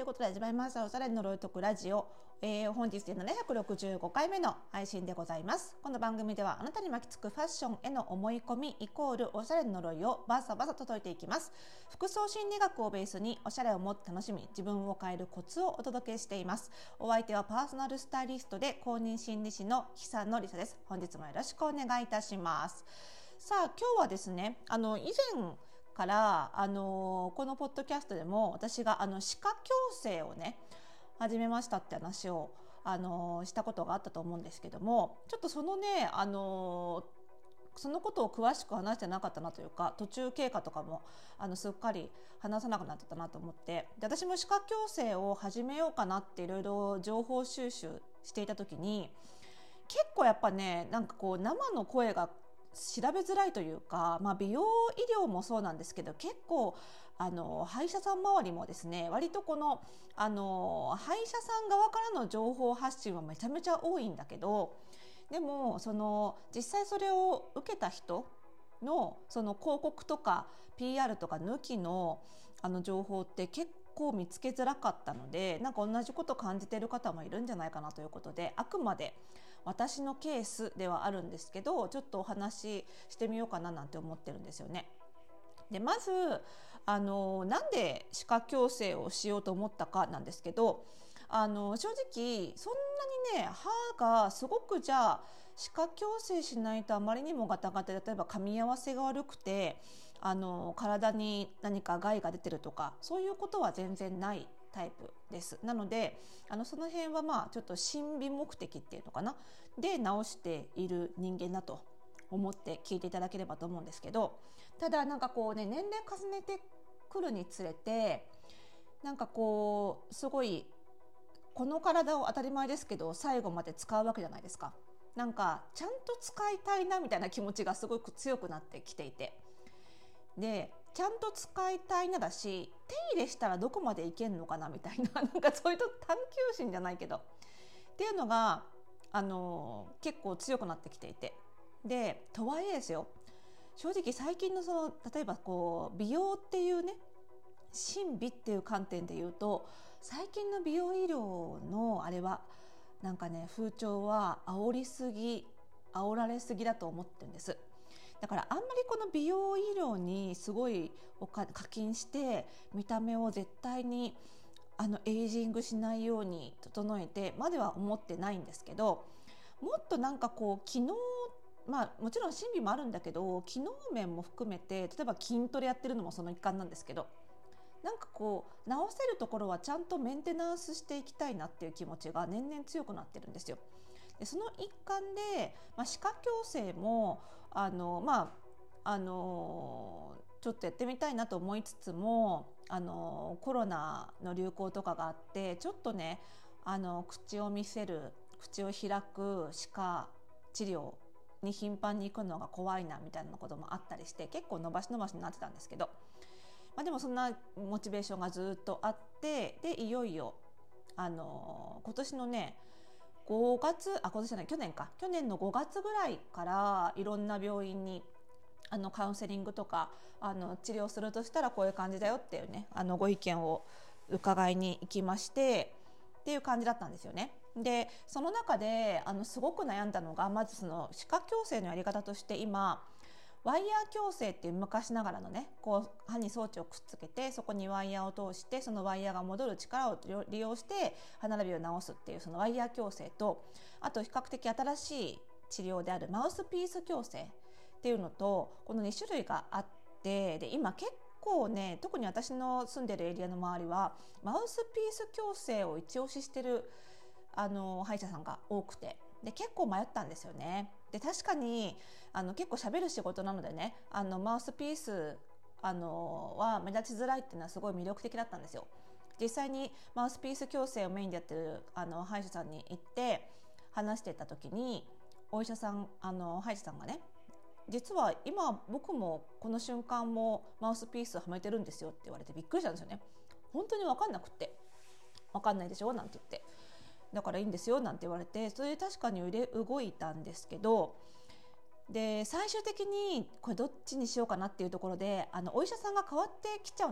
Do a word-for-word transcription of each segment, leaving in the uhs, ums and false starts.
いうことで始まりましたおしゃれの呪い解くラジオ、えー、本日でななひゃくろくじゅうごかいめの配信でございます。この番組ではあなたに巻きつくファッションへの思い込みイコールおしゃれの呪いをバサバサと解いていきます。服装心理学をベースにおしゃれをもっと楽しみ自分を変えるコツをお届けしています。お相手はパーソナルスタイリストで公認心理師の久野里沙です。本日もよろしくお願いいたします。さあ今日はですね、あの以前からあのこのポッドキャストでも私があの歯科矯正をね始めましたって話をあのしたことがあったと思うんですけども、ちょっとそのねあのそのことを詳しく話してなかったなというか、途中経過とかもあのすっかり話さなくなってたなと思って、で私も歯科矯正を始めようかなっていろいろ情報収集していた時に、結構やっぱねなんかこう生の声が調べづらいというか、まあ、美容医療もそうなんですけど、結構あの歯医者さん周りもですね割とこのあの歯医者さん側からの情報発信はめちゃめちゃ多いんだけど、でもその実際それを受けた人のその広告とか ピーアール とか抜きのあの情報って結構見つけづらかったので、なんか同じこと感じている方もいるんじゃないかなということで、あくまで私のケースではあるんですけど、ちょっとお話ししてみようかななんて思ってるんですよね。でまずあのなんで歯科矯正をしようと思ったかなんですけど、あの正直そんなにね歯がすごくじゃあ歯科矯正しないとあまりにもガタガタで、例えば噛み合わせが悪くてあの体に何か害が出てるとか、そういうことは全然ないタイプです。なのであのその辺はまあちょっと審美目的っていうのかなで直している人間だと思って聞いていただければと思うんですけど、ただなんかこうね年齢重ねてくるにつれてなんかこうすごいこの体を当たり前ですけど最後まで使うわけじゃないですか。なんかちゃんと使いたいなみたいな気持ちがすごく強くなってきていて、でちゃんと使いたいなだし、手入れしたらどこまでいけんのかなみたいな、なんかそういう探求心じゃないけどっていうのがあの結構強くなってきていて、でとはいえですよ、正直最近のその例えばこう美容っていうね審美っていう観点で言うと、最近の美容医療のあれはなんかね風潮は煽りすぎ煽られすぎだと思ってるんです。だからあんまりこの美容医療にすごいお金課金して見た目を絶対にあのエイジングしないように整えてまでは思ってないんですけど、もっとなんかこう機能、まあもちろん審美もあるんだけど機能面も含めて、例えば筋トレやってるのもその一環なんですけど、なんかこう直せるところはちゃんとメンテナンスしていきたいなっていう気持ちが年々強くなってるんですよ。でその一環で、まあ、歯科矯正もあのまああのちょっとやってみたいなと思いつつも、あのコロナの流行とかがあってちょっとねあの口を見せる口を開く歯科治療に頻繁に行くのが怖いなみたいなこともあったりして、結構伸ばし伸ばしになってたんですけど、まあ、でもそんなモチベーションがずっとあって、でいよいよあの今年のねごがつあ今年じゃない去年か去年のごがつぐらいからいろんな病院にあのカウンセリングとかあの治療するとしたらこういう感じだよっていうねあのご意見を伺いに行きましてっていう感じだったんですよね。でその中であのすごく悩んだのが、まずその歯科矯正のやり方として今ワイヤー矯正っていう昔ながらのねこう歯に装置をくっつけてそこにワイヤーを通してそのワイヤーが戻る力を利用して歯並びを直すっていうそのワイヤー矯正と、あと比較的新しい治療であるマウスピース矯正っていうのと、このに種類があって、で今結構ね特に私の住んでるエリアの周りはマウスピース矯正を一押ししてるあの歯医者さんが多くて、で結構迷ったんですよね。で確かにあの結構喋る仕事なのでね、あのマウスピースあのは目立ちづらいっていうのはすごい魅力的だったんですよ。実際にマウスピース矯正をメインでやってるあの歯医者さんに行って話してた時に、お医者さんあの歯医者さんがね、実は今僕もこの瞬間もマウスピースはめてるんですよって言われてびっくりしたんですよね。本当に分かんなくって分かんないでしょなんて言って、だからいいんですよなんて言われて、それで確かに腕動いたんですけど、で最終的にこれどっちにしようかなっていうところであのお医者さんが変わってきちゃうんですよ。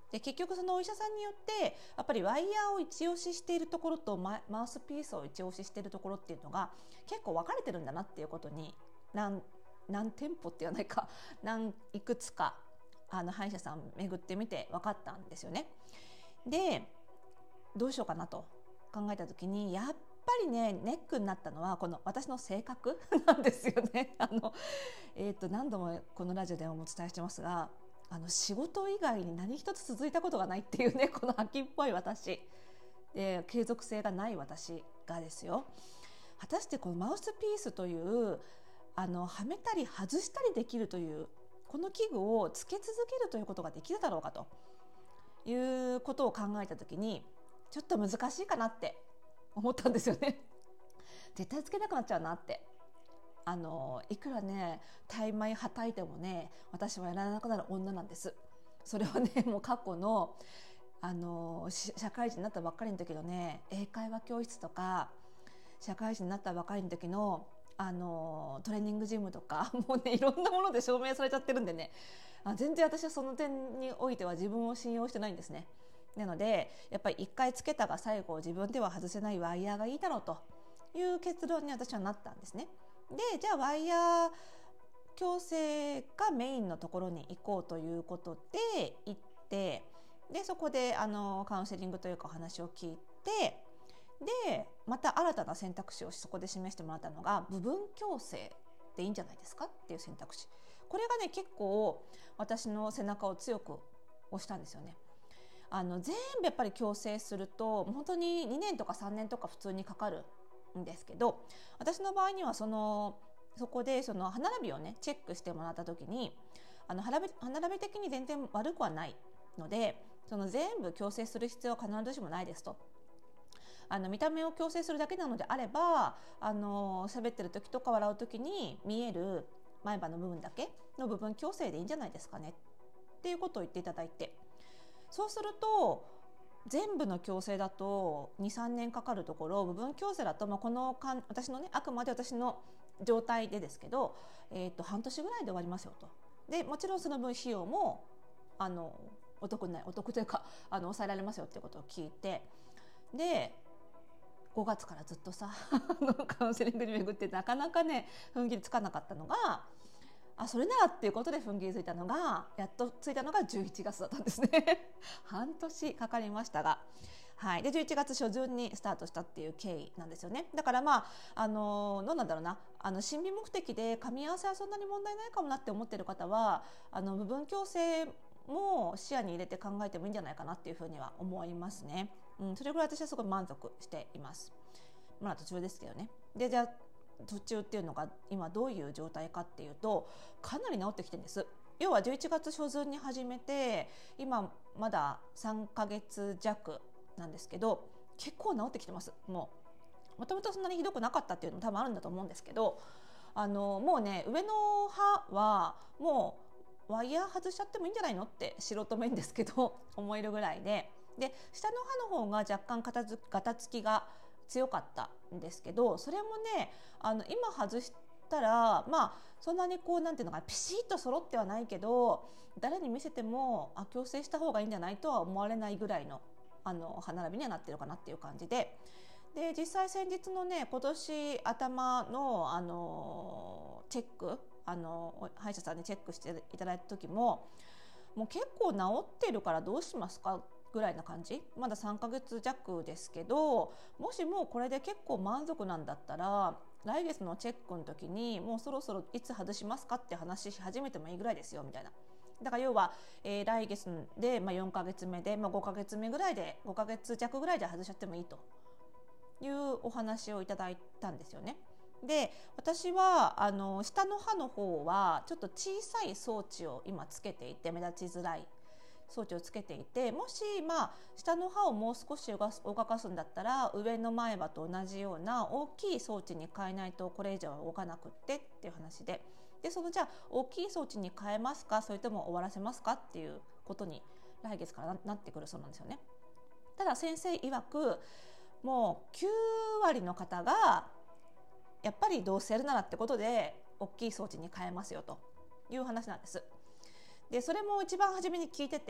で結局そのお医者さんによってやっぱりワイヤーを一押ししているところとマウスピースを一押ししているところっていうのが結構分かれてるんだなっていうことに何何店舗って言わないか何いくつかあの歯医者さん巡ってみて分かったんですよね。でどうしようかなと考えた時にやっぱりねネックになったのはこの私の性格なんですよね。あの、えー、と何度もこのラジオでもお伝えしてますがあの仕事以外に何一つ続いたことがないっていうねこの秋っぽい私で継続性がない私がですよ果たしてこのマウスピースというあのはめたり外したりできるというこの器具をつけ続けるということができるだろうかということを考えた時にちょっと難しいかなって思ったんですよね。絶対つけなくなっちゃうなってあのいくらね大枚はたいてもね私はやらなくなる女なんです。それはねもう過去のあの社会人になったばっかりの時のね英会話教室とか社会人になったばっかりの時のあのトレーニングジムとかもうねいろんなもので証明されちゃってるんでねあ全然私はその点においては自分を信用してないんですね。なのでやっぱり一回つけたが最後自分では外せないワイヤーがいいだろうという結論に私はなったんですね。でじゃあワイヤー矯正がメインのところに行こうということで行ってでそこであのカウンセリングというかお話を聞いてでまた新たな選択肢をそこで示してもらったのが部分矯正でいいんじゃないですかっていう選択肢。これがね結構私の背中を強く押したんですよね。あの全部やっぱり矯正すると本当ににねんとかさんねんとか普通にかかるんですけど私の場合にはそのそこでその歯並びをねチェックしてもらった時にあの歯並び、歯並び的に全然悪くはないのでその全部矯正する必要は必ずしもないですと。あの見た目を矯正するだけなのであればあの喋ってる時とか笑う時に見える前歯の部分だけの部分矯正でいいんじゃないですかねっていうことを言っていただいてそうすると全部の矯正だと にさんねんかかるところ部分矯正だと、まあ、このかん私のねあくまで私の状態でですけど、えー、と半年ぐらいで終わりますよと。でもちろんその分費用もあのお得ないお得というかあの抑えられますよっていうことを聞いてでごがつからずっとさカウンセリングに巡ってなかなかね踏ん切りつかなかったのがあそれならっていうことで踏ん切りついたのがやっとついたのがじゅういちがつだったんですね半年かかりましたが、はい、でじゅういちがつ初旬にスタートしたっていう経緯なんですよね。だからまああのどうなんだろうなあの審美目的で噛み合わせはそんなに問題ないかもなって思ってる方はあの部分矯正も視野に入れて考えてもいいんじゃないかなっていうふうには思いますね。うん、それぐらい私はすごい満足しています。まだ途中ですけどね。でじゃあ途中っていうのが今どういう状態かっていうとかなり治ってきてるんです。要はじゅういちがつ初旬に始めて今まださんかげつじゃくなんですけど結構治ってきてます。もうもともとそんなにひどくなかったっていうのも多分あるんだと思うんですけどあのもうね上の歯はもうワイヤー外しちゃってもいいんじゃないのって素人目ですけど思えるぐらいでで下の歯の方が若干ガタつきが強かったんですけどそれもねあの今外したらまあそんなにこうなんていうのかピシッと揃ってはないけど誰に見せてもあ矯正した方がいいんじゃないとは思われないぐらいのあの歯並びにはなってるかなっていう感じでで実際先日のね今年頭のあのチェックあの歯医者さんにチェックしていただいた時ももう結構治ってるからどうしますかぐらいな感じまださんかげつじゃくですけどもしもこれで結構満足なんだったら来月のチェックの時にもうそろそろいつ外しますかって話し始めてもいいぐらいですよみたいな。だから要は、えー、来月で、まあ、よんかげつめで、まあ、ごかげつめぐらいでごかげつじゃくぐらいで外しちゃってもいいというお話をいただいたんですよね。で私はあの下の歯の方はちょっと小さい装置を今つけていて目立ちづらい装置をつけていてもし、まあ、下の歯をもう少し動かすんだったら上の前歯と同じような大きい装置に変えないとこれ以上は動かなくってっていう話ででそのじゃあ大きい装置に変えますかそれとも終わらせますかっていうことに来月から な, なってくるそうなんですよね。ただ先生曰くもうきゅうわりの方がやっぱりどうせやるならってことで大きい装置に変えますよという話なんです。でそれも一番初めに聞いてて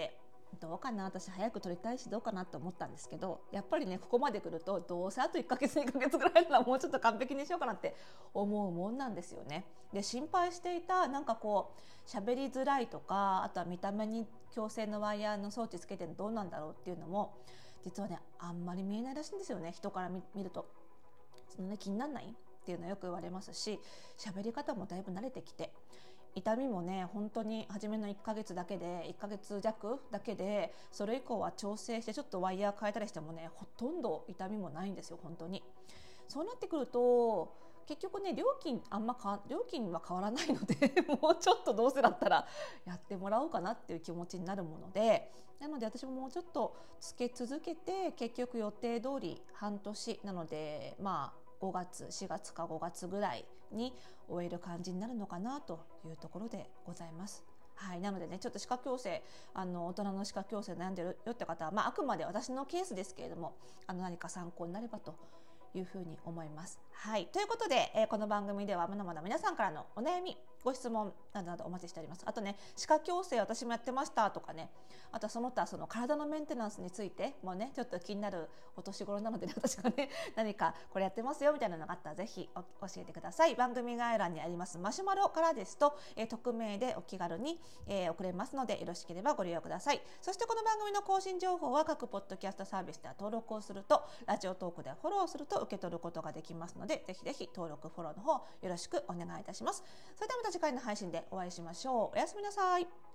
どうかな、私早く取りたいしどうかなと思ったんですけど、やっぱりねここまで来るとどうせあといっかげつにかげつぐらいならもうちょっと完璧にしようかなって思うもんなんですよね。で心配していたなんかこう喋りづらいとか、あとは見た目に強制のワイヤーの装置つけてるのどうなんだろうっていうのも実はねあんまり見えないらしいんですよね。人から見るとその、ね、気にならないっていうのはよく言われますし、喋り方もだいぶ慣れてきて、痛みもね本当に初めのいっかげつだけでいっかげつ弱だけで、それ以降は調整してちょっとワイヤー変えたりしてもねほとんど痛みもないんですよ本当に。そうなってくると結局ね料金あんまか料金は変わらないのでもうちょっとどうせだったらやってもらおうかなっていう気持ちになるもので、なので私ももうちょっとつけ続けて、結局予定通り半年なので、まあごがつしがつかごがつぐらいに終える感じになるのかなというところでございます。はい、なのでねちょっと歯科矯正、あの大人の歯科矯正悩んでるよって方は、まあ、あくまで私のケースですけれども、あの何か参考になればというふうに思います。はい、ということで、えー、この番組ではまだまだ皆さんからのお悩みご質問などなどお待ちしております。あとね歯科矯正私もやってましたとかね、あとはその他その体のメンテナンスについてもねちょっと気になるお年頃なので、ね、私がね何かこれやってますよみたいなのがあったらぜひ教えてください。番組概要欄にありますマシュマロからですと、えー、匿名でお気軽に、えー、送れますのでよろしければご利用ください。そしてこの番組の更新情報は各ポッドキャストサービスでは登録をすると、ラジオトークでフォローすると受け取ることができますので、ぜひぜひ登録フォローの方よろしくお願いいたします。それではまた次回の配信でお会いしましょう。おやすみなさい。